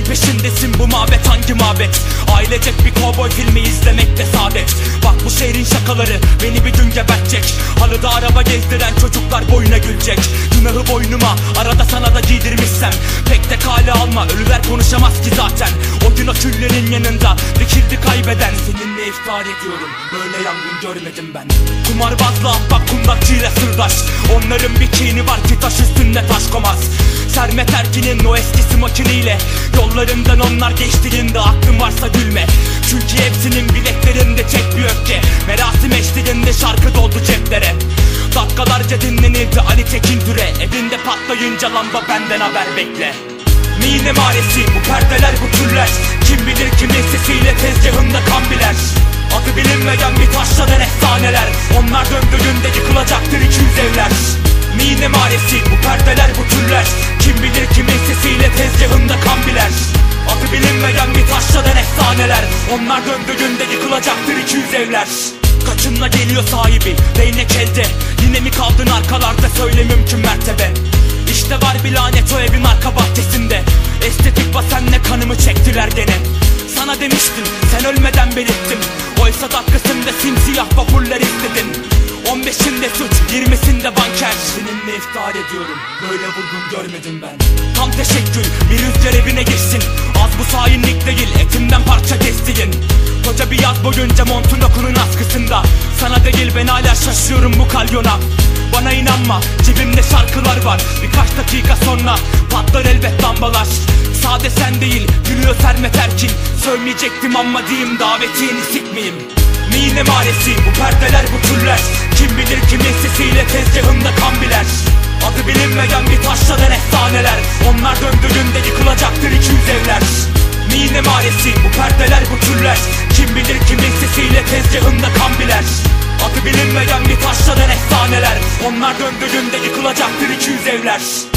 peşindesin, bu mabet hangi mabet? Ailecek bir kovboy filmi izlemekte saadet. Bak bu şehrin şakaları beni bir gün gebertecek. Halıda araba gezdiren çocuklar boyuna gülecek. Günahı boynuma arada sana da giydirmişsem pek de kale alma, ölüler konuşamaz ki zaten. O gün o küllerin yanında dikildi kaybeden. Seninle iftihar ediyorum, böyle yangın görmedim ben. Kumarbazla ahbap, kundakçıyla sırdaş. Onların bir kini var ki taş üstünde taş komaz. Sermet Erkin'in o eskisi makiniyle yollarından onlar geçtiğinde aklın varsa gülme. Çünkü hepsinin bileklerinde çek bir öfke. Merasim eşliğinde şarkı doldu ceplere. Dakikalarca dinlenildi Ali Tekin Türe. Evinde patlayınca lamba benden haber bekle. Mine maresi bu perdeler, bu türler. Kim bilir kimin sesiyle tezgahında kan biler. Adı bilinmeyen bir taşlanan efsaneler. Onlar döndüğünde yıkılacaktır 200 evler. Mine maresi bu perdeler, bu türler. Kim bilir kimin sesiyle tezgahında kan biler. Adı bilinmeyen bir taşlanan efsaneler. Onlar döndüğünde yıkılacaktır 200 evler. Kaçınla geliyor sahibi, değnek elde. Yine mi kaldın arkalarda, söyle mümkün mertebe. İşte var bir lanet o evin arka bahçesinde. Estetik basenle kanımı çektiler gene. Sana demiştim, sen ölmeden belirttim. Oysa dakikasında simsiyah vapuller istedin. 15'inde suç, 20'sinde banker. Seninle iftihar ediyorum, böyle vurgun görmedim ben. Tam teşekkür, bir rüzgar evine geçsin. Az bu hainlik değil, etimden parça kestiğin. Koca bir yaz boyunca montun okunun askısında. Sana değil ben hala şaşıyorum bu kalyona. Bana inanma, cebimde şarkılar var. Birkaç dakika sonra patlar elbet lambalar. Sade sen değil, gülüyor Sermet Erkin. Sövmeyecektim ama diyeyim, davetini sikmeyeyim. Mine maresi bu perdeler, bu türler. Kim bilir kimin sesiyle tezgahında kan biler. Adı bilinmeyen bir taşlanan efsaneler. Onlar döndüğünde yıkılacaktır 200 evler. Mine maresi bu perdeler, bu türler. Kim bilir kimin sesiyle tezgahında kan biler. Adı bilinmeyen bir taşlanan efsaneler. Onlar döndüğünde yıkılacaktır 200 evler.